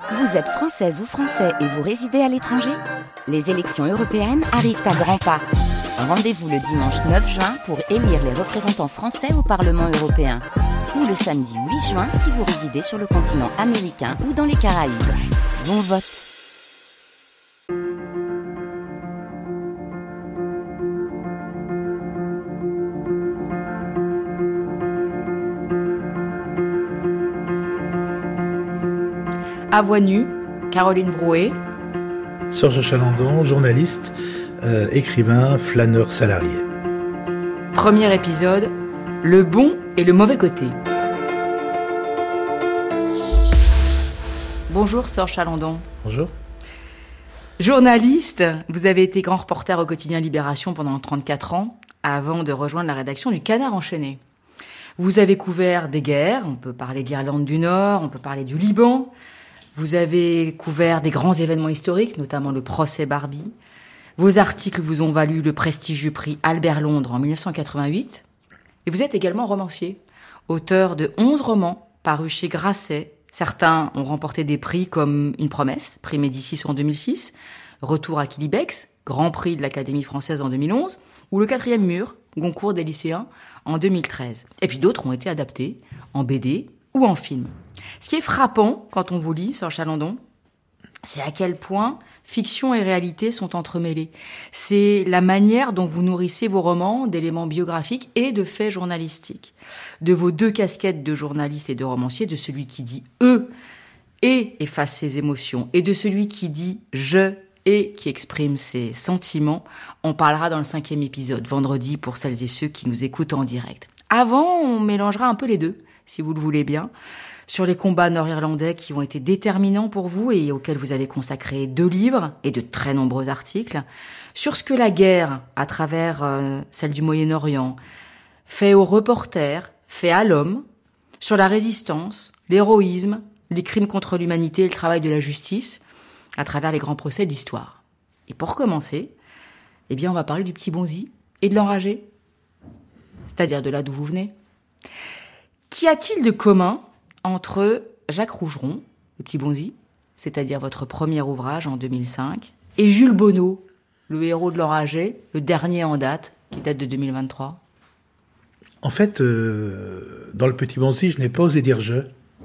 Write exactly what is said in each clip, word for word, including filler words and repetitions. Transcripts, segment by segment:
Vous êtes française ou français et vous résidez à l'étranger ? Les élections européennes arrivent à grands pas. Rendez-vous le dimanche neuf juin pour élire les représentants français au Parlement européen. Ou le samedi huit juin si vous résidez sur le continent américain ou dans les Caraïbes. Bon vote! À Voix nue, Caroline Brouet. Serge Chalandon, journaliste, euh, écrivain, flâneur salarié. Premier épisode, le bon et le mauvais côté. Bonjour Serge Chalandon. Bonjour. Journaliste, vous avez été grand reporter au quotidien Libération pendant trente-quatre ans, avant de rejoindre la rédaction du Canard enchaîné. Vous avez couvert des guerres, on peut parler de l'Irlande du Nord, on peut parler du Liban. Vous avez couvert des grands événements historiques, notamment le procès Barbie. Vos articles vous ont valu le prestigieux prix Albert Londres en dix-neuf cent quatre-vingt-huit. Et vous êtes également romancier, auteur de onze romans parus chez Grasset. Certains ont remporté des prix comme Une promesse, prix Médicis en deux mille six, Retour à Quilibex, Grand Prix de l'Académie française en deux mille onze, ou Le quatrième mur, Goncourt des lycéens en deux mille treize. Et puis d'autres ont été adaptés en B D ou en film. Ce qui est frappant quand on vous lit, Serge Chalandon, c'est à quel point fiction et réalité sont entremêlées. C'est la manière dont vous nourrissez vos romans d'éléments biographiques et de faits journalistiques. De vos deux casquettes de journaliste et de romancier, de celui qui dit « eux » et efface ses émotions, et de celui qui dit « je » et qui exprime ses sentiments, on parlera dans le cinquième épisode, vendredi, pour celles et ceux qui nous écoutent en direct. Avant, on mélangera un peu les deux, si vous le voulez bien, sur les combats nord-irlandais qui ont été déterminants pour vous et auxquels vous avez consacré deux livres et de très nombreux articles, sur ce que la guerre, à travers euh, celle du Moyen-Orient, fait aux reporters, fait à l'homme, sur la résistance, l'héroïsme, les crimes contre l'humanité et le travail de la justice, à travers les grands procès de l'histoire. Et pour commencer, eh bien, on va parler du Petit Bonzi et de l'Enragé, c'est-à-dire de là d'où vous venez. Qu'y a-t-il de commun entre Jacques Rougeron, le Petit Bonzi, c'est-à-dire votre premier ouvrage en deux mille cinq, et Jules Bonneau, le héros de l'Enragé, le dernier en date, qui date de deux mille vingt-trois? En fait, euh, dans le Petit Bonzi, je n'ai pas osé dire « je ».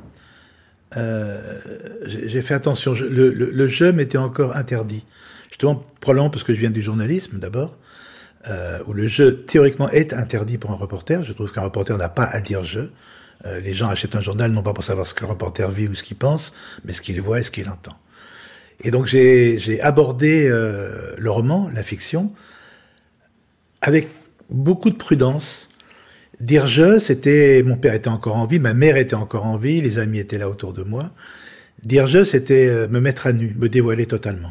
Euh, j'ai, j'ai fait attention. Je, le, le, le « je » m'était encore interdit. Justement, probablement parce que je viens du journalisme, d'abord, euh, où le « je » théoriquement est interdit pour un reporter. Je trouve qu'un reporter n'a pas à dire « je ». Euh, les gens achètent un journal non pas pour savoir ce que le reporter vit ou ce qu'il pense, mais ce qu'il voit et ce qu'il entend. Et donc j'ai, j'ai abordé euh, le roman, la fiction, avec beaucoup de prudence. Dire « je », c'était... Mon père était encore en vie, ma mère était encore en vie, les amis étaient là autour de moi. Dire « je », c'était euh, me mettre à nu, me dévoiler totalement.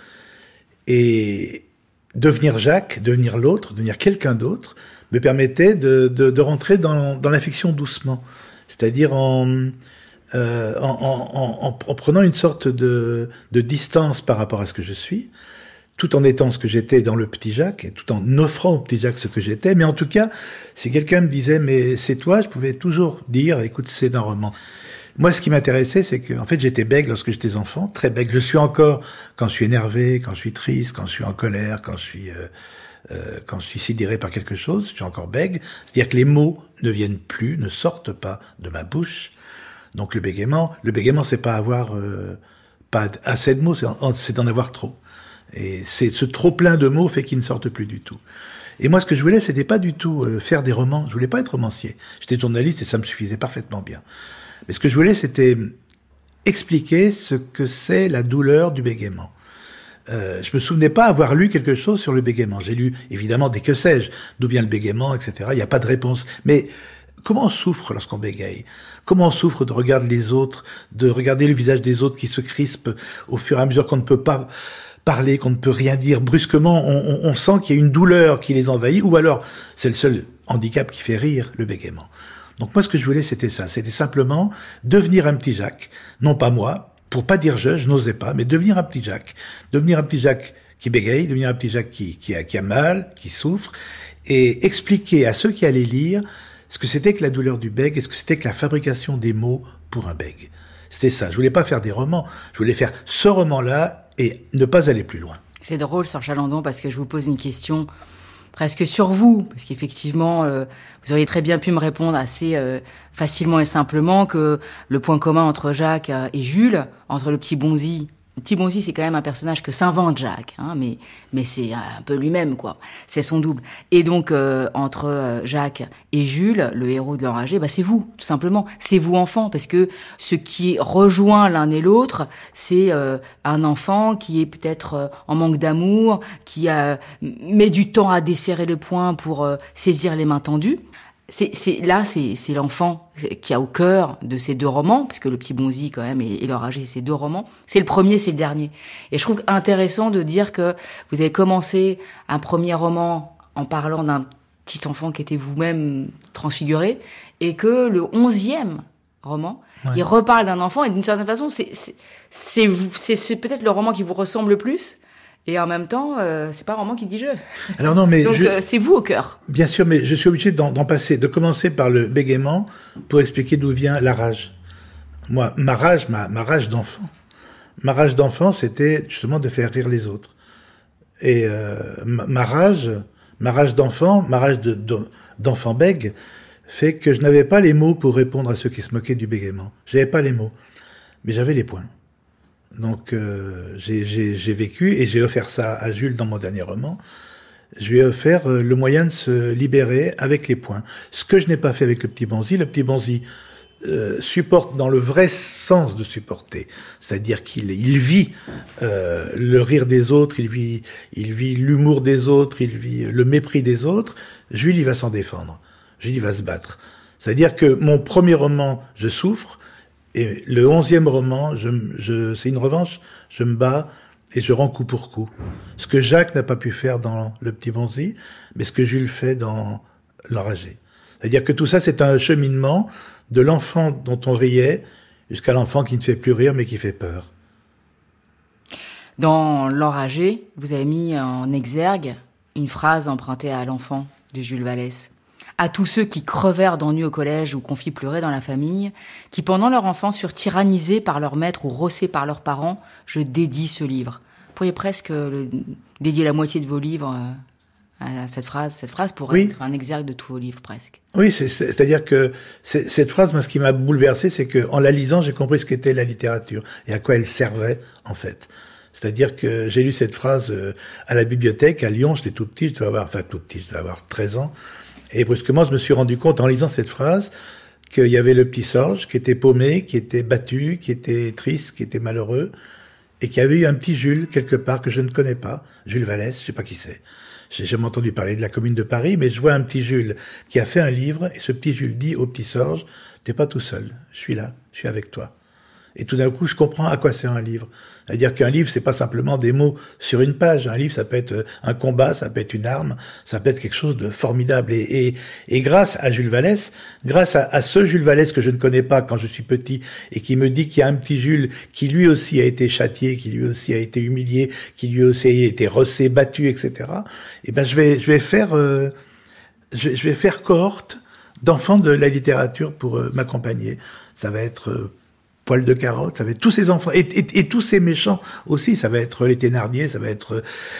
Et devenir Jacques, devenir l'autre, devenir quelqu'un d'autre, me permettait de, de, de rentrer dans, dans la fiction doucement, c'est-à-dire en, euh, en, en, en, en prenant une sorte de, de distance par rapport à ce que je suis, tout en étant ce que j'étais dans le Petit Jacques, et tout en offrant au Petit Jacques ce que j'étais. Mais en tout cas, si quelqu'un me disait « mais c'est toi », je pouvais toujours dire « écoute, c'est un roman ». Moi, ce qui m'intéressait, c'est que, en fait, j'étais bègue lorsque j'étais enfant, très bègue. Je suis encore quand je suis énervé, quand je suis triste, quand je suis en colère, quand je suis... Euh, Euh, quand je suis sidéré par quelque chose, je suis encore bègue. C'est-à-dire que les mots ne viennent plus, ne sortent pas de ma bouche. Donc le bégaiement, le bégaiement, c'est pas avoir euh, pas assez de mots, c'est, en, c'est d'en avoir trop. Et c'est ce trop plein de mots fait qu'ils ne sortent plus du tout. Et moi, ce que je voulais, c'était pas du tout euh, faire des romans. Je voulais pas être romancier. J'étais journaliste et ça me suffisait parfaitement bien. Mais ce que je voulais, c'était expliquer ce que c'est la douleur du bégaiement. Euh, je me souvenais pas avoir lu quelque chose sur le bégaiement. J'ai lu, évidemment, des que sais-je, d'où vient le bégaiement, et cetera. Il n'y a pas de réponse. Mais comment on souffre lorsqu'on bégaye? Comment on souffre de regarder les autres, de regarder le visage des autres qui se crispe au fur et à mesure qu'on ne peut pas parler, qu'on ne peut rien dire. Brusquement, on, on, on sent qu'il y a une douleur qui les envahit, ou alors c'est le seul handicap qui fait rire, le bégaiement. Donc moi, ce que je voulais, c'était ça. C'était simplement devenir un Petit Jacques, non pas moi, pour pas dire je, je n'osais pas, mais devenir un Petit Jacques. Devenir un Petit Jacques qui bégaye, devenir un Petit Jacques qui, qui, a, qui a mal, qui souffre, et expliquer à ceux qui allaient lire ce que c'était que la douleur du bègue et ce que c'était que la fabrication des mots pour un bègue. C'était ça. Je voulais pas faire des romans. Je voulais faire ce roman-là et ne pas aller plus loin. C'est drôle, Serge Chalandon, parce que je vous pose une question presque sur vous, parce qu'effectivement, euh, vous auriez très bien pu me répondre assez euh, facilement et simplement que le point commun entre Jacques et Jules, entre le petit Bonzi. Le petit Bonzi, c'est quand même un personnage que s'invente Jacques, hein, mais mais c'est un peu lui-même, quoi. C'est son double. Et donc euh, entre euh, Jacques et Jules, le héros de l'Enragé, bah c'est vous, tout simplement. C'est vous enfant, parce que ce qui rejoint l'un et l'autre, c'est euh, un enfant qui est peut-être euh, en manque d'amour, qui a met du temps à desserrer le poing pour euh, saisir les mains tendues. C'est, c'est, là, c'est, c'est l'enfant qui a au cœur de ces deux romans, puisque le petit Bonzi, quand même, et, et l'Enragé, c'est deux romans. C'est le premier, c'est le dernier. Et je trouve intéressant de dire que vous avez commencé un premier roman en parlant d'un petit enfant qui était vous-même transfiguré, et que le onzième roman, ouais. il reparle d'un enfant, et d'une certaine façon, c'est, c'est, c'est, c'est, c'est peut-être le roman qui vous ressemble le plus. Et en même temps, euh, c'est pas un roman qui dit je. Alors non, mais donc je... euh, c'est vous au cœur. Bien sûr, mais je suis obligé d'en, d'en passer, de commencer par le bégaiement pour expliquer d'où vient la rage. Moi, ma rage, ma, ma rage d'enfant, ma rage d'enfant, c'était justement de faire rire les autres. Et euh, ma, ma rage, ma rage d'enfant, ma rage de, de, d'enfant bègue, fait que je n'avais pas les mots pour répondre à ceux qui se moquaient du bégaiement. J'avais pas les mots, mais j'avais les points. Donc euh, j'ai, j'ai, j'ai vécu et j'ai offert ça à Jules dans mon dernier roman. Je lui ai offert euh, le moyen de se libérer avec les points. Ce que je n'ai pas fait avec le petit Bonzi. Le petit Bonzi euh, supporte dans le vrai sens de supporter, c'est-à-dire qu'il il vit euh, le rire des autres, il vit, il vit l'humour des autres, il vit le mépris des autres. Jules, il va s'en défendre. Jules, il va se battre. C'est-à-dire que mon premier roman, je souffre. Et le onzième roman, je, je, c'est une revanche, je me bats et je rends coup pour coup. Ce que Jacques n'a pas pu faire dans Le Petit Bonzi, mais ce que Jules fait dans L'Enragé. C'est-à-dire que tout ça, c'est un cheminement de l'enfant dont on riait jusqu'à l'enfant qui ne fait plus rire mais qui fait peur. Dans L'Enragé, vous avez mis en exergue une phrase empruntée à l'enfant de Jules Vallès. À tous ceux qui crevèrent d'ennui au collège ou qu'on fit pleurer dans la famille, qui pendant leur enfance furent tyrannisés par leur maître ou rossés par leurs parents, je dédie ce livre. Vous pourriez presque le, dédier la moitié de vos livres à cette phrase. Cette phrase pourrait oui. être un exergue de tous vos livres, presque. Oui, c'est, c'est, c'est-à-dire que c'est, cette phrase, moi, ce qui m'a bouleversé, c'est que en la lisant, j'ai compris ce qu'était la littérature et à quoi elle servait, en fait. C'est-à-dire que j'ai lu cette phrase à la bibliothèque à Lyon, j'étais tout petit, je devais avoir, enfin tout petit, je devais avoir treize ans. Et brusquement, je me suis rendu compte, en lisant cette phrase, qu'il y avait le petit Sorge qui était paumé, qui était battu, qui était triste, qui était malheureux, et qu'il y avait eu un petit Jules, quelque part, que je ne connais pas, Jules Vallès, je sais pas qui c'est. J'ai jamais entendu parler de la Commune de Paris, mais je vois un petit Jules qui a fait un livre, et ce petit Jules dit au petit Sorge, t'es pas tout seul, je suis là, je suis avec toi. Et tout d'un coup, je comprends à quoi sert un livre. C'est-à-dire qu'un livre, c'est pas simplement des mots sur une page. Un livre, ça peut être un combat, ça peut être une arme, ça peut être quelque chose de formidable. Et, et, et grâce à Jules Vallès, grâce à, à ce Jules Vallès que je ne connais pas quand je suis petit et qui me dit qu'il y a un petit Jules qui lui aussi a été châtié, qui lui aussi a été humilié, qui lui aussi a été rossé, battu, et cetera. Et ben, je vais, je vais faire, euh, je, je vais faire cohorte d'enfants de la littérature pour euh, m'accompagner. Ça va être euh, Poil de carotte, ça va être tous ces enfants, et, et, et tous ces méchants aussi, ça va être les Thénardier, ça va être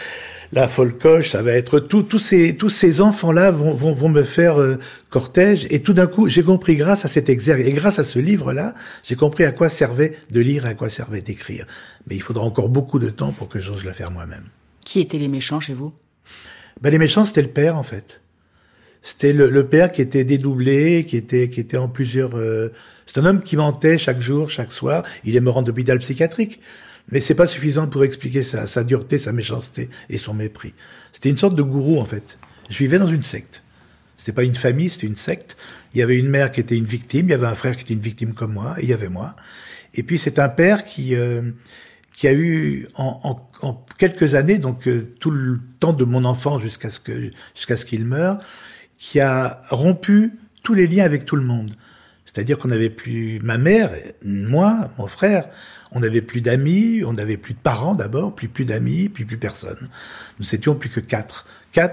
la Folcoche, ça va être tout, tous ces, tous ces enfants-là vont, vont, vont me faire euh, cortège, et tout d'un coup, j'ai compris grâce à cet exergue, et grâce à ce livre-là, j'ai compris à quoi servait de lire et à quoi servait d'écrire. Mais il faudra encore beaucoup de temps pour que j'ose le faire moi-même. Qui étaient les méchants chez vous? Ben, les méchants, c'était le père, en fait. C'était le, le père qui était dédoublé, qui était, qui était en plusieurs... Euh, c'est un homme qui mentait chaque jour, chaque soir. Il est mort en hôpital psychiatrique. Mais c'est pas suffisant pour expliquer sa, sa dureté, sa méchanceté et son mépris. C'était une sorte de gourou, en fait. Je vivais dans une secte. C'était pas une famille, c'était une secte. Il y avait une mère qui était une victime, il y avait un frère qui était une victime comme moi, et il y avait moi. Et puis c'est un père qui... Euh, qui a eu en, en, en quelques années, donc euh, tout le temps de mon enfant jusqu'à ce que jusqu'à ce qu'il meure, qui a rompu tous les liens avec tout le monde. C'est-à-dire qu'on n'avait plus ma mère, moi, mon frère, on n'avait plus d'amis, on n'avait plus de parents d'abord, puis plus d'amis, puis plus personne. Nous étions plus que quatre. Quatre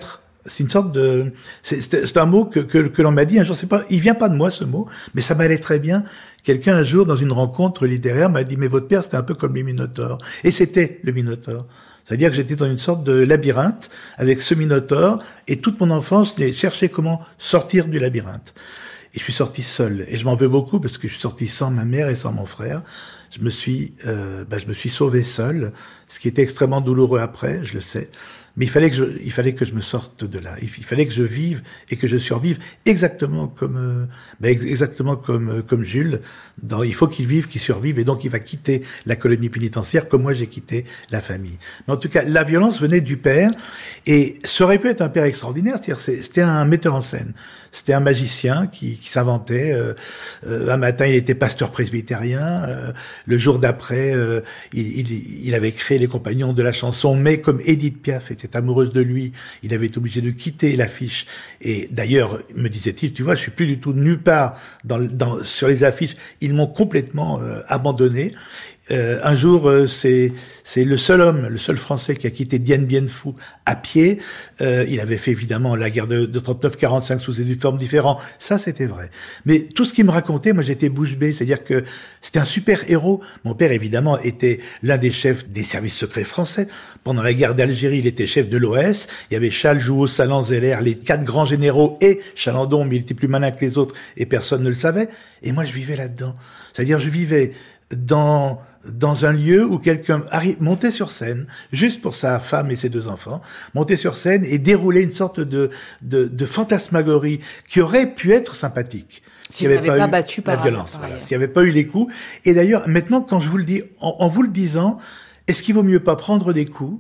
C'est une sorte de, c'est, c'est, c'est un mot que, que, que l'on m'a dit un jour, c'est pas, il vient pas de moi ce mot, mais ça m'allait très bien. Quelqu'un un jour dans une rencontre littéraire m'a dit, mais votre père c'était un peu comme les Minotaures. Et c'était le Minotaure. C'est-à-dire que j'étais dans une sorte de labyrinthe avec ce Minotaure et toute mon enfance j'ai cherché comment sortir du labyrinthe. Et je suis sorti seul. Et je m'en veux beaucoup parce que je suis sorti sans ma mère et sans mon frère. Je me suis, euh, bah, je me suis sauvé seul, ce qui était extrêmement douloureux après, je le sais. Mais il fallait que je, il fallait que je me sorte de là. Il fallait que je vive et que je survive exactement comme, euh, ben exactement comme, euh, comme Jules. Dans, il faut qu'il vive, qu'il survive, et donc il va quitter la colonie pénitentiaire comme moi j'ai quitté la famille. Mais en tout cas, la violence venait du père, et ça aurait pu être un père extraordinaire. C'est-à-dire, c'était un metteur en scène. C'était un magicien qui, qui s'inventait. Euh, euh, un matin, il était pasteur presbytérien. Euh, le jour d'après, euh, il, il, il avait créé les Compagnons de la chanson. Mais comme Édith Piaf était amoureuse de lui, il avait été obligé de quitter l'affiche. Et d'ailleurs, me disait-il, tu vois, je suis plus du tout nulle part dans, dans, sur les affiches. Ils m'ont complètement euh, abandonné. Euh, un jour, euh, c'est c'est le seul homme, le seul Français qui a quitté Dien Bien Phu à pied. Euh, il avait fait évidemment la guerre de, de trente-neuf quarante-cinq sous des uniformes différents. Ça, c'était vrai. Mais tout ce qu'il me racontait, moi, j'étais bouche bée. C'est-à-dire que c'était un super héros. Mon père, évidemment, était l'un des chefs des services secrets français. Pendant la guerre d'Algérie, il était chef de l'O S. Il y avait Chasles, Jouhaud, Salan, Zeller, les quatre grands généraux et Chalandon, mais il était plus malin que les autres et personne ne le savait. Et moi, je vivais là-dedans. C'est-à-dire, je vivais dans dans un lieu où quelqu'un arrive, montait sur scène, juste pour sa femme et ses deux enfants, montait sur scène et déroulait une sorte de, de, de fantasmagorie qui aurait pu être sympathique. S'il n'y avait pas, pas battu la par violence, voilà. S'il n'y avait pas eu les coups. Et d'ailleurs, maintenant, quand je vous le dis, en, en vous le disant, est-ce qu'il vaut mieux pas prendre des coups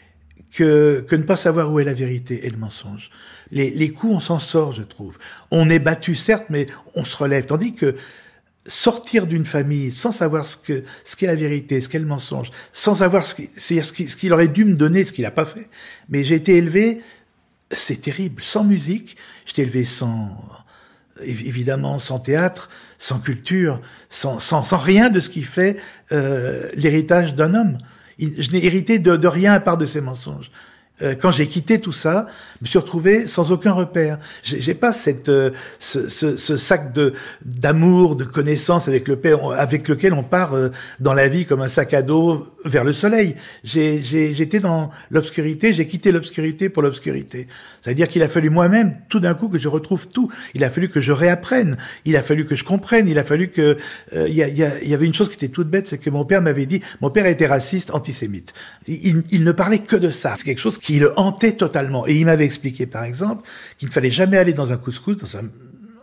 que, que ne pas savoir où est la vérité et le mensonge? Les, les coups, on s'en sort, je trouve. On est battu, certes, mais on se relève. Tandis que, sortir d'une famille sans savoir ce que ce qu'est la vérité, ce qu'est le mensonge, sans savoir ce, qui, ce, qui, ce qu'il aurait dû me donner, ce qu'il n'a pas fait. Mais j'ai été élevé, c'est terrible, sans musique. J'étais élevé sans, évidemment, sans théâtre, sans culture, sans, sans, sans rien de ce qui fait euh, l'héritage d'un homme. Je n'ai hérité de, de rien à part de ces mensonges. Quand j'ai quitté tout ça, je me suis retrouvé sans aucun repère. J'ai, j'ai pas cette, euh, ce, ce, ce sac de d'amour, de connaissances avec le père, avec lequel on part euh, dans la vie comme un sac à dos vers le soleil. J'ai, j'ai, j'étais dans l'obscurité, j'ai quitté l'obscurité pour l'obscurité. C'est-à-dire qu'il a fallu moi-même, tout d'un coup, que je retrouve tout. Il a fallu que je réapprenne. Il a fallu que je comprenne. Il a fallu que euh, il y, a, y, a, y avait une chose qui était toute bête, c'est que mon père m'avait dit, mon père était raciste, antisémite. Il, il ne parlait que de ça. C'est quelque chose qui le hantait totalement. Et il m'avait expliqué, par exemple, qu'il ne fallait jamais aller dans un couscous, dans un,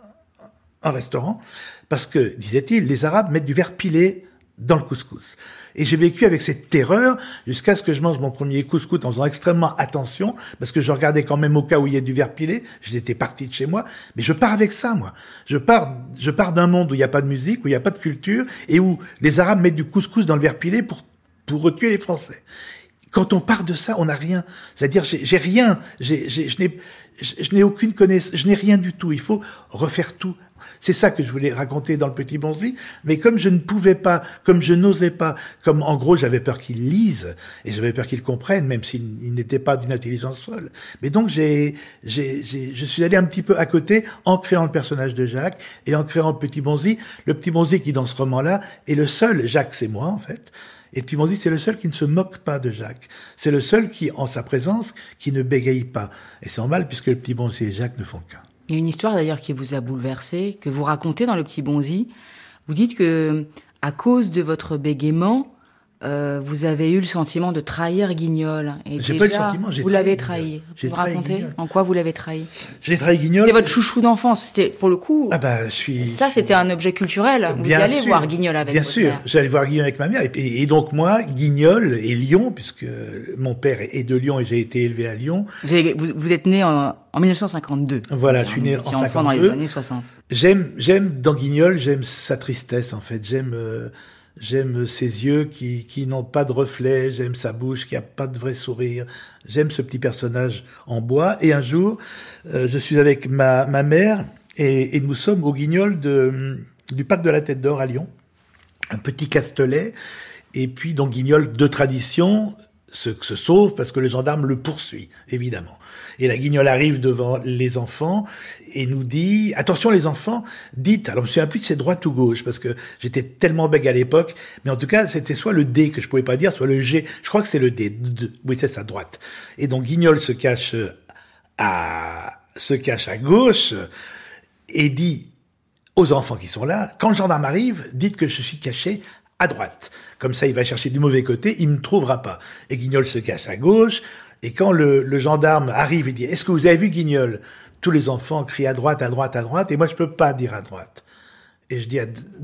un restaurant, parce que, disait-il, les Arabes mettent du verre pilé dans le couscous. Et j'ai vécu avec cette terreur jusqu'à ce que je mange mon premier couscous en faisant extrêmement attention, parce que je regardais quand même au cas où il y a du verre pilé. J'étais parti de chez moi, mais je pars avec ça, moi. Je pars, je pars d'un monde où il n'y a pas de musique, où il n'y a pas de culture, et où les Arabes mettent du couscous dans le verre pilé pour pour tuer les Français. Quand on part de ça, on n'a rien. C'est-à-dire, j'ai, j'ai rien. J'ai, j'ai, je n'ai, je n'ai aucune connaissance. Je n'ai rien du tout. Il faut refaire tout. C'est ça que je voulais raconter dans le Petit Bonzi. Mais comme je ne pouvais pas, comme je n'osais pas, comme en gros j'avais peur qu'ils lisent et j'avais peur qu'ils comprennent, même s'ils n'étaient pas d'une intelligence folle. Mais donc j'ai, j'ai, j'ai, je suis allé un petit peu à côté en créant le personnage de Jacques et en créant le Petit Bonzi. Le Petit Bonzi qui dans ce roman-là est le seul. Jacques, c'est moi en fait. Et le Petit Bonzi, c'est le seul qui ne se moque pas de Jacques. C'est le seul qui, en sa présence, qui ne bégaye pas. Et c'est normal puisque le Petit Bonzi et Jacques ne font qu'un. Il y a une histoire d'ailleurs qui vous a bouleversé, que vous racontez dans le Petit Bonzi. Vous dites que, à cause de votre bégaiement, euh, vous avez eu le sentiment de trahir Guignol. Et j'ai déjà, pas eu le sentiment, j'ai vous trahi l'avez Guignol. trahi. J'ai vous trahi racontez Guignol. en quoi vous l'avez trahi? J'ai trahi Guignol. C'était votre chouchou d'enfance. C'était, pour le coup. Ah bah, je suis. Ça, c'était un objet culturel. Vous Bien allez sûr, voir Guignol avec Bien votre sûr, mère. j'allais voir Guignol avec ma mère. Et, et donc moi, Guignol et Lyon, puisque mon père est de Lyon et j'ai été élevé à Lyon. Vous, avez, vous, vous êtes né en, en mille neuf cent cinquante-deux. Voilà, je suis né en enfant cinquante-deux. dans les années soixante. J'aime, j'aime dans Guignol, j'aime sa tristesse en fait. J'aime, euh, j'aime ses yeux qui qui n'ont pas de reflet. J'aime sa bouche qui a pas de vrai sourire. J'aime ce petit personnage en bois. Et un jour, euh, je suis avec ma ma mère et, et nous sommes au Guignol de du parc de la Tête d'Or à Lyon, un petit castelet. Et puis donc Guignol de tradition. se, se sauve parce que le gendarme le poursuit, évidemment. Et la Guignol arrive devant les enfants et nous dit « Attention les enfants, dites !» Alors je me souviens plus de c'est droite ou gauche, parce que j'étais tellement bègue à l'époque, mais en tout cas c'était soit le D que je pouvais pas dire, soit le G. Je crois que c'est le D. Oui, c'est ça, droite. Et donc Guignol se cache à, se cache à gauche et dit aux enfants qui sont là « Quand le gendarme arrive, dites que je suis caché à droite. Comme ça, il va chercher du mauvais côté, il me trouvera pas. » Et Guignol se cache à gauche. Et quand le, le gendarme arrive et dit « Est-ce que vous avez vu Guignol ?» Tous les enfants crient à droite, à droite, à droite. Et moi, je peux pas dire à droite. Et je dis à...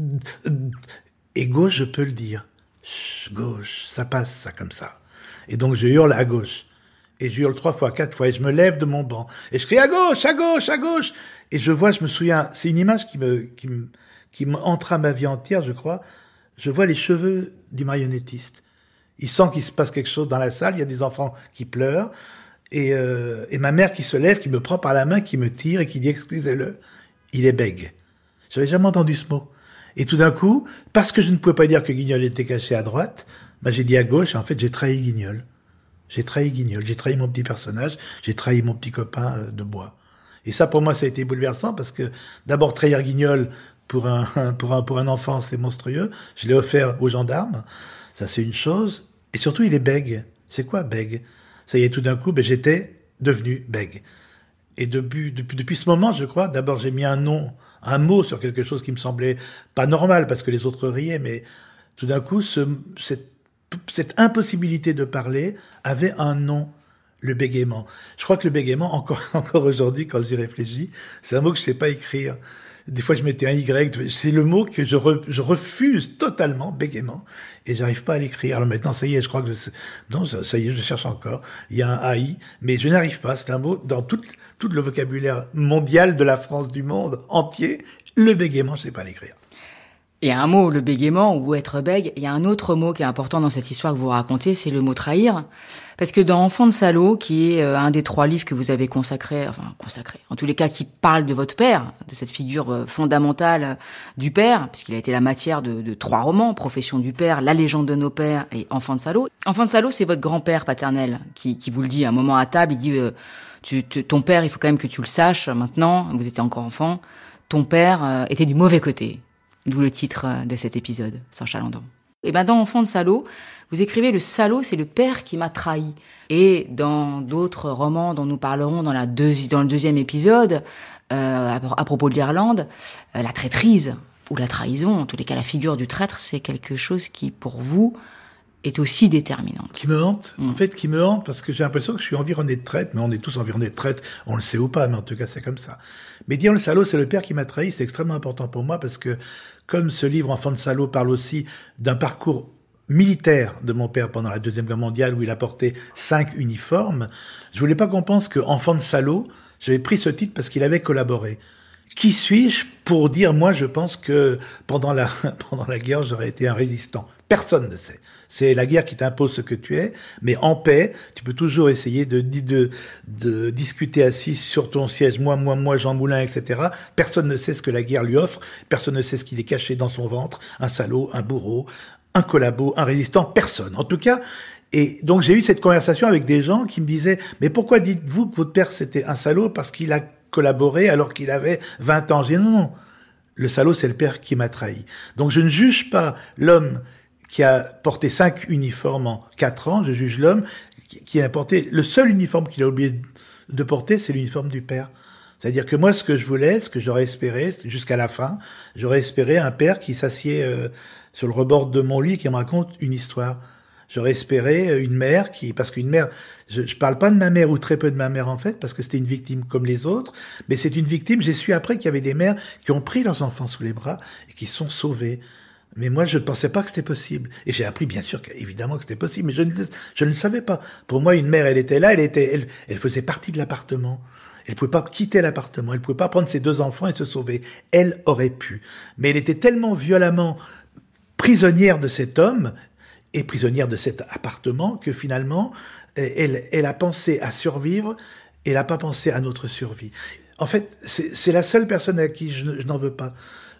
Et gauche, je peux le dire. Chut, gauche, ça passe, ça, comme ça. Et donc, je hurle à gauche. Et je hurle trois fois, quatre fois. Et je me lève de mon banc. Et je crie à gauche, à gauche, à gauche. Et je vois, je me souviens, c'est une image qui me, qui me, qui m'entra ma vie entière, je crois. Je vois les cheveux du marionnettiste. Il sent qu'il se passe quelque chose dans la salle, il y a des enfants qui pleurent, et, euh, et ma mère qui se lève, qui me prend par la main, qui me tire et qui dit « Excusez-le, il est bègue ». J'avais jamais entendu ce mot. Et tout d'un coup, parce que je ne pouvais pas dire que Guignol était caché à droite, bah j'ai dit à gauche, et en fait j'ai trahi Guignol. J'ai trahi Guignol, j'ai trahi mon petit personnage, j'ai trahi mon petit copain euh, de bois. Et ça pour moi ça a été bouleversant, parce que d'abord trahir Guignol pour un, pour un, pour un enfant c'est monstrueux, je l'ai offert aux gendarmes. Ça, c'est une chose. Et surtout, il est bègue. C'est quoi, bègue? Ça y est, tout d'un coup, ben, j'étais devenu bègue. Et depuis, depuis, depuis ce moment, je crois, d'abord, j'ai mis un nom, un mot sur quelque chose qui me semblait pas normal, parce que les autres riaient, mais tout d'un coup, ce, cette, cette impossibilité de parler avait un nom, le bégaiement. Je crois que le bégaiement, encore, encore aujourd'hui, quand j'y réfléchis, c'est un mot que je sais pas écrire. Des fois, je mettais un Y. C'est le mot que je, re, je refuse totalement, bégaiement, et j'arrive pas à l'écrire. Alors maintenant, ça y est, je crois que je, non, ça y est, je cherche encore. Il y a un A I, mais je n'arrive pas. C'est un mot dans tout, tout le vocabulaire mondial de la France, du monde entier. Le bégaiement, je sais pas l'écrire. Il y a un mot, le bégaiement, ou être bègue. Il y a un autre mot qui est important dans cette histoire que vous racontez, c'est le mot trahir. Parce que dans Enfant de salaud, qui est un des trois livres que vous avez consacré, enfin consacré, en tous les cas qui parle de votre père, de cette figure fondamentale du père, puisqu'il a été la matière de, de trois romans, Profession du père, La légende de nos pères et Enfant de salaud. Enfant de salaud, c'est votre grand-père paternel qui, qui vous le dit à un moment à table, il dit euh, tu, tu, ton père, il faut quand même que tu le saches maintenant, vous étiez encore enfant, ton père euh, était du mauvais côté. D'où le titre de cet épisode, sans chalandon. Et ben dans Enfant de salaud, vous écrivez « Le salaud, c'est le père qui m'a trahi ». Et dans d'autres romans dont nous parlerons dans, la deuxi- dans le deuxième épisode, euh, à, à propos de l'Irlande, euh, la traîtrise, ou la trahison, en tous les cas la figure du traître, c'est quelque chose qui, pour vous, est aussi déterminante. Qui me hante, mmh. en fait, qui me hante, parce que j'ai l'impression que je suis environné de traîtres, mais on est tous environnés de traîtres, on le sait ou pas, mais en tout cas, c'est comme ça. Mais dire le salaud, c'est le père qui m'a trahi, c'est extrêmement important pour moi, parce que, comme ce livre, Enfant de salaud, parle aussi d'un parcours militaire de mon père pendant la Deuxième Guerre mondiale, où il a porté cinq uniformes, je voulais pas qu'on pense que Enfant de salaud, j'avais pris ce titre parce qu'il avait collaboré. Qui suis-je pour dire, moi, je pense que pendant la, pendant la guerre, j'aurais été un résistant? Personne ne sait. C'est la guerre qui t'impose ce que tu es, mais en paix, tu peux toujours essayer de, de, de discuter assis sur ton siège, moi, moi, moi, Jean Moulin, et cetera. Personne ne sait ce que la guerre lui offre, personne ne sait ce qu'il est caché dans son ventre, un salaud, un bourreau, un collabo, un résistant, personne. En tout cas, et donc j'ai eu cette conversation avec des gens qui me disaient, mais pourquoi dites-vous que votre père c'était un salaud? Parce qu'il a collaboré alors qu'il avait vingt ans. J'ai dit non, non, le salaud c'est le père qui m'a trahi. Donc je ne juge pas l'homme qui a porté cinq uniformes en quatre ans, je juge l'homme qui a porté, le seul uniforme qu'il a oublié de porter, c'est l'uniforme du père. C'est-à-dire que moi, ce que je voulais, ce que j'aurais espéré, jusqu'à la fin, j'aurais espéré un père qui s'assied euh, sur le rebord de mon lit et qui me raconte une histoire. J'aurais espéré une mère qui, parce qu'une mère, je, je parle pas de ma mère ou très peu de ma mère en fait, parce que c'était une victime comme les autres, mais c'est une victime, j'ai su après qu'il y avait des mères qui ont pris leurs enfants sous les bras et qui sont sauvées. Mais moi, je ne pensais pas que c'était possible. Et j'ai appris, bien sûr, évidemment, que c'était possible, mais je ne, je ne le savais pas. Pour moi, une mère, elle était là, elle était, elle, elle faisait partie de l'appartement. Elle pouvait pas quitter l'appartement. Elle pouvait pas prendre ses deux enfants et se sauver. Elle aurait pu. Mais elle était tellement violemment prisonnière de cet homme et prisonnière de cet appartement que finalement, elle, elle a pensé à survivre et elle n'a pas pensé à notre survie. En fait, c'est, c'est la seule personne à qui je, je n'en veux pas.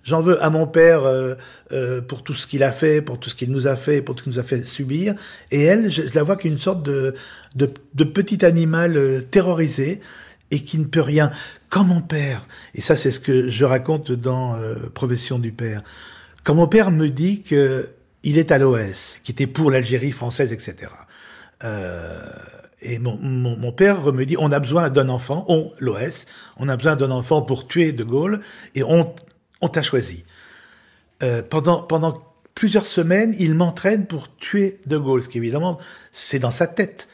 J'en veux à mon père euh, euh, pour tout ce qu'il a fait, pour tout ce qu'il nous a fait, pour tout ce qu'il nous a fait subir. Et elle, je, je la vois qu'une sorte de, de, de petit animal euh, terrorisé et qui ne peut rien. Quand mon père, et ça c'est ce que je raconte dans euh, Profession du père, quand mon père me dit que il est à l'O S, qui était pour l'Algérie française, et cetera. Euh, et mon, mon, mon père me dit, on a besoin d'un enfant, on, l'O S, on a besoin d'un enfant pour tuer De Gaulle, et on, on t'a choisi. Euh, pendant, pendant plusieurs semaines, il m'entraîne pour tuer De Gaulle, ce qui évidemment, c'est dans sa tête.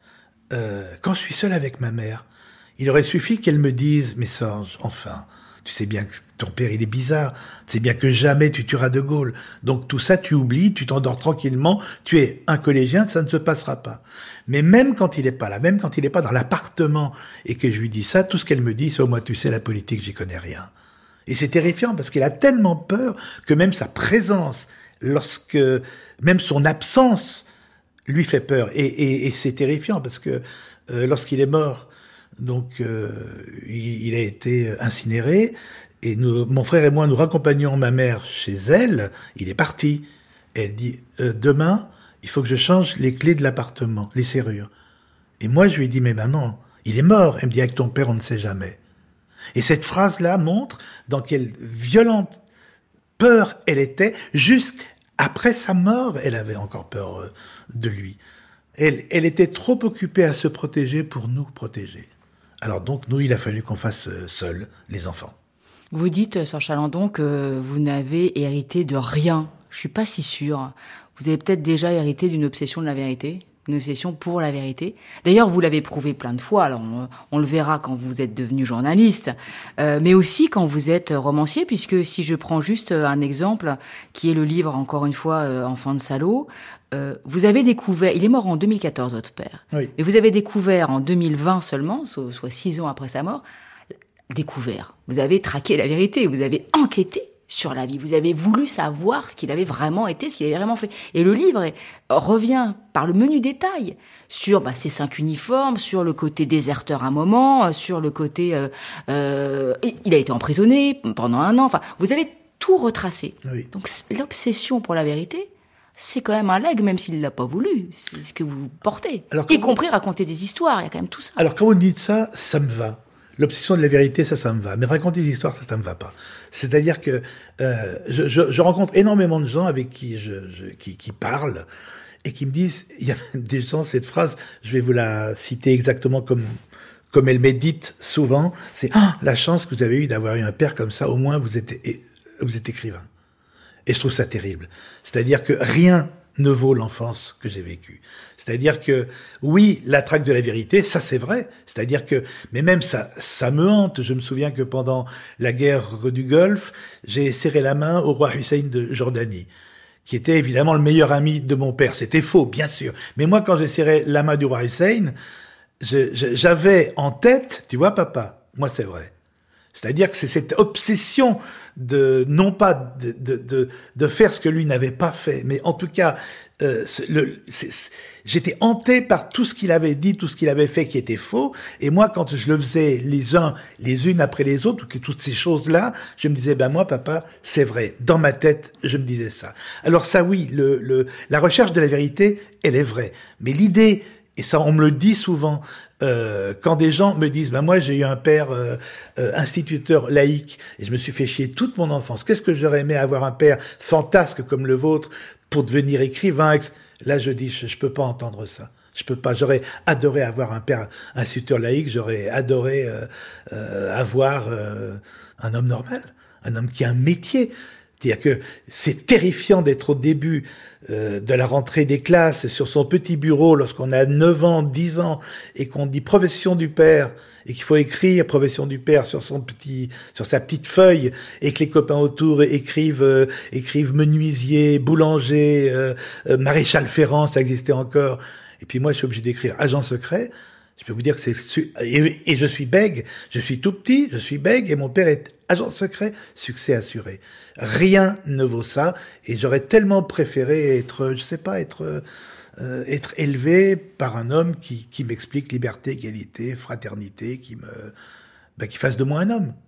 Euh, quand je suis seul avec ma mère, il aurait suffi qu'elle me dise, mais Sorge, enfin, tu sais bien que ton père, il est bizarre. Tu sais bien que jamais tu tueras De Gaulle. Donc tout ça, tu oublies, tu t'endors tranquillement. Tu es un collégien, ça ne se passera pas. Mais même quand il est pas là, même quand il est pas dans l'appartement et que je lui dis ça, tout ce qu'elle me dit, c'est, oh, moi, tu sais, la politique, j'y connais rien. Et c'est terrifiant parce qu'elle a tellement peur que même sa présence, lorsque, même son absence lui fait peur. Et, et, et c'est terrifiant parce que euh, lorsqu'il est mort, donc euh, il, il a été incinéré. Et nous, mon frère et moi, nous raccompagnons ma mère chez elle. Il est parti. Elle dit, euh, demain, il faut que je change les clés de l'appartement, les serrures. Et moi, je lui ai dit, mais maman, il est mort. Elle me dit, avec ton père, on ne sait jamais. Et cette phrase-là montre dans quelle violente peur elle était. Jusqu'après sa mort, elle avait encore peur euh, de lui. Elle, elle était trop occupée à se protéger pour nous protéger. Alors donc, nous, il a fallu qu'on fasse euh, seuls, les enfants. Vous dites, Sorge Chalandon, que vous n'avez hérité de rien. Je suis pas si sûre. Vous avez peut-être déjà hérité d'une obsession de la vérité, une obsession pour la vérité. D'ailleurs, vous l'avez prouvé plein de fois. Alors, on, on le verra quand vous êtes devenu journaliste, euh, mais aussi quand vous êtes romancier, puisque si je prends juste un exemple, qui est le livre, encore une fois, euh, Enfant de salaud, euh, vous avez découvert, il est mort en deux mille quatorze, votre père, oui. Et vous avez découvert en deux mille vingt seulement, soit, soit six ans après sa mort, découvert. Vous avez traqué la vérité, vous avez enquêté sur la vie, vous avez voulu savoir ce qu'il avait vraiment été, ce qu'il avait vraiment fait. Et le livre est, revient par le menu détail sur bah, ses cinq uniformes, sur le côté déserteur à un moment, sur le côté... Euh, euh, il a été emprisonné pendant un an, enfin, vous avez tout retracé. Oui. Donc l'obsession pour la vérité, c'est quand même un legs, même s'il ne l'a pas voulu. C'est ce que vous portez. Alors, y compris vous... raconter des histoires, il y a quand même tout ça. Alors quand vous dites ça, ça me va. L'obsession de la vérité, ça, ça me va. Mais raconter des histoires, ça, ça me va pas. C'est-à-dire que euh, je, je, je rencontre énormément de gens avec qui je, je qui, qui parlent et qui me disent, il y a des gens, cette phrase, je vais vous la citer exactement comme comme elle m'est dite souvent, c'est ah, la chance que vous avez eue d'avoir eu un père comme ça, au moins vous êtes vous êtes écrivain. Et je trouve ça terrible. C'est-à-dire que rien ne vaut l'enfance que j'ai vécue. C'est-à-dire que, oui, la traque de la vérité, ça c'est vrai. C'est-à-dire que, mais même ça, ça me hante. Je me souviens que pendant la guerre du Golfe, j'ai serré la main au roi Hussein de Jordanie, qui était évidemment le meilleur ami de mon père. C'était faux, bien sûr. Mais moi, quand j'ai serré la main du roi Hussein, je, je, j'avais en tête, tu vois, papa, moi c'est vrai. C'est-à-dire que c'est cette obsession de, non pas de, de, de, de faire ce que lui n'avait pas fait, mais en tout cas, euh, le, c'est, c'est, j'étais hanté par tout ce qu'il avait dit, tout ce qu'il avait fait qui était faux, et moi, quand je le faisais les uns, les unes après les autres, toutes, toutes ces choses-là, je me disais, ben moi, papa, c'est vrai. Dans ma tête, je me disais ça. Alors ça, oui, le, le, la recherche de la vérité, elle est vraie. Mais l'idée, et ça, on me le dit souvent, euh, quand des gens me disent, ben moi, j'ai eu un père euh, euh, instituteur laïque, et je me suis fait chier toute mon enfance. Qu'est-ce que j'aurais aimé avoir un père fantasque comme le vôtre pour devenir écrivain? Là, je dis, je, je peux pas entendre ça. Je peux pas. J'aurais adoré avoir un père instituteur laïque. J'aurais adoré euh, euh, avoir euh, un homme normal, un homme qui a un métier. C'est-à-dire que c'est terrifiant d'être au début euh, de la rentrée des classes sur son petit bureau lorsqu'on a neuf ans, dix ans et qu'on dit profession du père et qu'il faut écrire profession du père sur son petit, sur sa petite feuille et que les copains autour écrivent, euh, écrivent menuisier, boulanger, euh, euh, maréchal ferrant, ça existait encore. Et puis moi, je suis obligé d'écrire agent secret. Je peux vous dire que c'est... Et, et je suis bègue, je suis tout petit, je suis bègue, et mon père est agent secret, succès assuré. Rien ne vaut ça, et j'aurais tellement préféré être, je sais pas, être euh, être élevé par un homme qui, qui m'explique liberté, égalité, fraternité, qui me... Ben, qui fasse de moi un homme.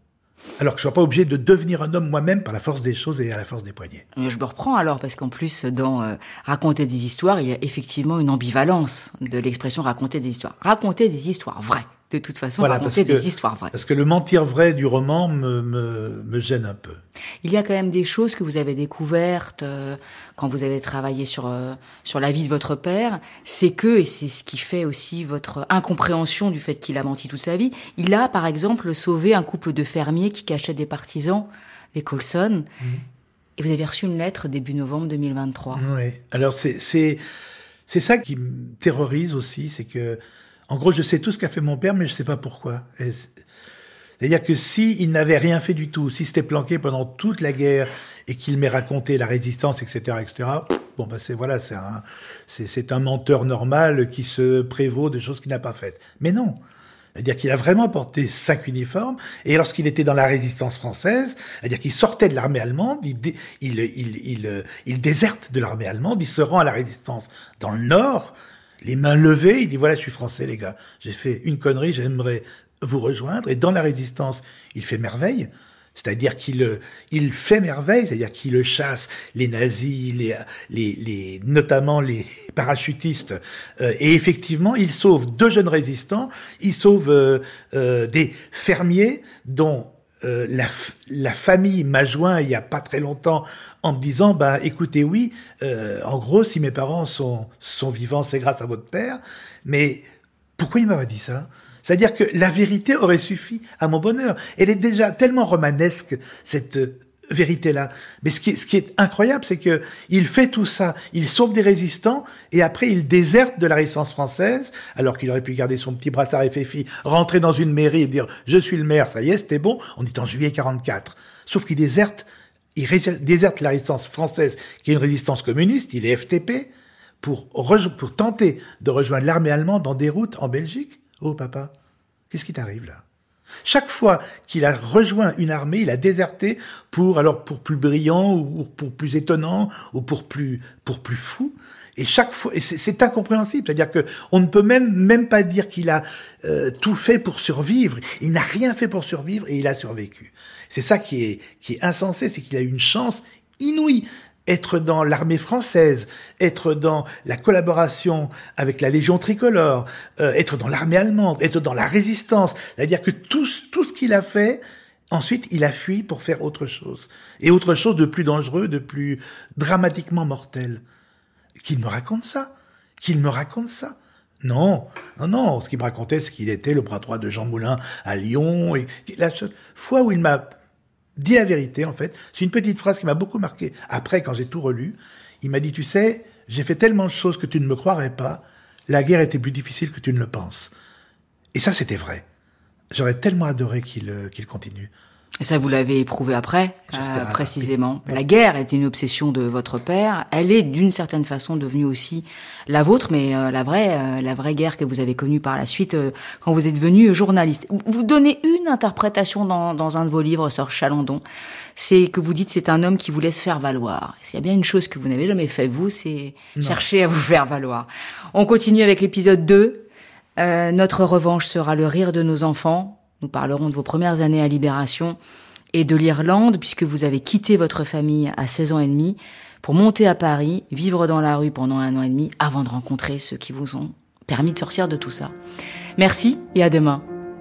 Alors que je ne sois pas obligé de devenir un homme moi-même par la force des choses et à la force des poignets. Je me reprends alors, parce qu'en plus, dans euh, raconter des histoires, il y a effectivement une ambivalence de l'expression raconter des histoires. Raconter des histoires vraies. De toute façon, voilà, raconter que, des histoires vraies. Parce que le mentir vrai du roman me, me, me gêne un peu. Il y a quand même des choses que vous avez découvertes euh, quand vous avez travaillé sur, euh, sur la vie de votre père. C'est que, et c'est ce qui fait aussi votre incompréhension du fait qu'il a menti toute sa vie, il a par exemple sauvé un couple de fermiers qui cachaient des partisans, les Colson. Mmh. Et vous avez reçu une lettre début novembre deux mille vingt-trois. Oui, alors c'est, c'est, c'est ça qui me terrorise aussi, c'est que en gros, je sais tout ce qu'a fait mon père, mais je ne sais pas pourquoi. Et c'est-à-dire que s'il n'avait rien fait du tout, s'il s'était planqué pendant toute la guerre et qu'il m'ait raconté la résistance, et cetera, et cetera, bon, ben c'est, voilà, c'est un, c'est, c'est un menteur normal qui se prévaut de choses qu'il n'a pas faites. Mais non. C'est-à-dire qu'il a vraiment porté cinq uniformes, et lorsqu'il était dans la résistance française, c'est-à-dire qu'il sortait de l'armée allemande, il, dé, il, il, il, il, il déserte de l'armée allemande, il se rend à la résistance dans le Nord, les mains levées, il dit voilà, je suis français, les gars. J'ai fait une connerie, j'aimerais vous rejoindre. Et dans la résistance, il fait merveille. C'est-à-dire qu'il il fait merveille, c'est-à-dire qu'il chasse les nazis, les, les, les, notamment les parachutistes. Euh, et effectivement, il sauve deux jeunes résistants. Il sauve euh, euh, des fermiers dont Euh, la, la famille m'a joint il y a pas très longtemps en me disant bah écoutez oui euh, en gros si mes parents sont sont vivants c'est grâce à votre père, mais pourquoi il m'aurait dit ça? C'est-à-dire que la vérité aurait suffi à mon bonheur. Elle est déjà tellement romanesque cette vérité-là. Mais ce qui est, ce qui est incroyable, c'est que il fait tout ça, il sauve des résistants, et après il déserte de la résistance française, alors qu'il aurait pu garder son petit brassard F F I, rentrer dans une mairie et dire « je suis le maire, ça y est, c'était bon », on est en juillet quarante-quatre. Sauf qu'il déserte, il ré- déserte la résistance française, qui est une résistance communiste, il est F T P, pour, rejo- pour tenter de rejoindre l'armée allemande en déroute en Belgique. Oh papa, qu'est-ce qui t'arrive là ? Chaque fois qu'il a rejoint une armée, il a déserté pour, alors, pour plus brillant, ou pour plus étonnant, ou pour plus, pour plus fou. Et chaque fois, et c'est, c'est incompréhensible. C'est-à-dire que on ne peut même, même pas dire qu'il a euh, tout fait pour survivre. Il n'a rien fait pour survivre et il a survécu. C'est ça qui est, qui est insensé, c'est qu'il a eu une chance inouïe. Être dans l'armée française, être dans la collaboration avec la Légion tricolore, euh, être dans l'armée allemande, être dans la résistance. C'est-à-dire que tout, tout ce qu'il a fait, ensuite, il a fui pour faire autre chose. Et autre chose de plus dangereux, de plus dramatiquement mortel. Qu'il me raconte ça. Qu'il me raconte ça. Non, non, non. Ce qu'il me racontait, c'est qu'il était le bras droit de Jean Moulin à Lyon. Et la seule fois où il m'a dit la vérité, en fait, c'est une petite phrase qui m'a beaucoup marqué. Après, quand j'ai tout relu, il m'a dit, tu sais, j'ai fait tellement de choses que tu ne me croirais pas, la guerre était plus difficile que tu ne le penses. Et ça, c'était vrai. J'aurais tellement adoré qu'il, euh, qu'il continue. Et ça, vous l'avez éprouvé après, euh, précisément. La guerre est une obsession de votre père. Elle est d'une certaine façon devenue aussi la vôtre, mais euh, la vraie, euh, la vraie guerre que vous avez connue par la suite euh, quand vous êtes devenu journaliste. Vous donnez une interprétation dans, dans un de vos livres, Sœur Chalandon. C'est que vous dites c'est un homme qui vous laisse faire valoir. S'il y a bien une chose que vous n'avez jamais fait, vous, c'est non. chercher à vous faire valoir. On continue avec l'épisode deux. Euh, notre revanche sera le rire de nos enfants. Nous parlerons de vos premières années à Libération et de l'Irlande, puisque vous avez quitté votre famille à seize ans et demi pour monter à Paris, vivre dans la rue pendant un an et demi, avant de rencontrer ceux qui vous ont permis de sortir de tout ça. Merci et à demain.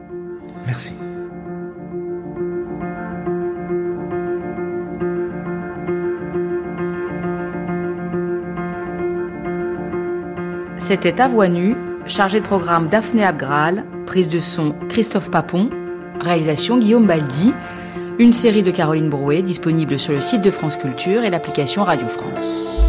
Merci. C'était À Voix nue, chargé de programme Daphné Abgral, prise de son Christophe Papon, réalisation Guillaume Baldi, une série de Caroline Brouet disponible sur le site de France Culture et l'application Radio France.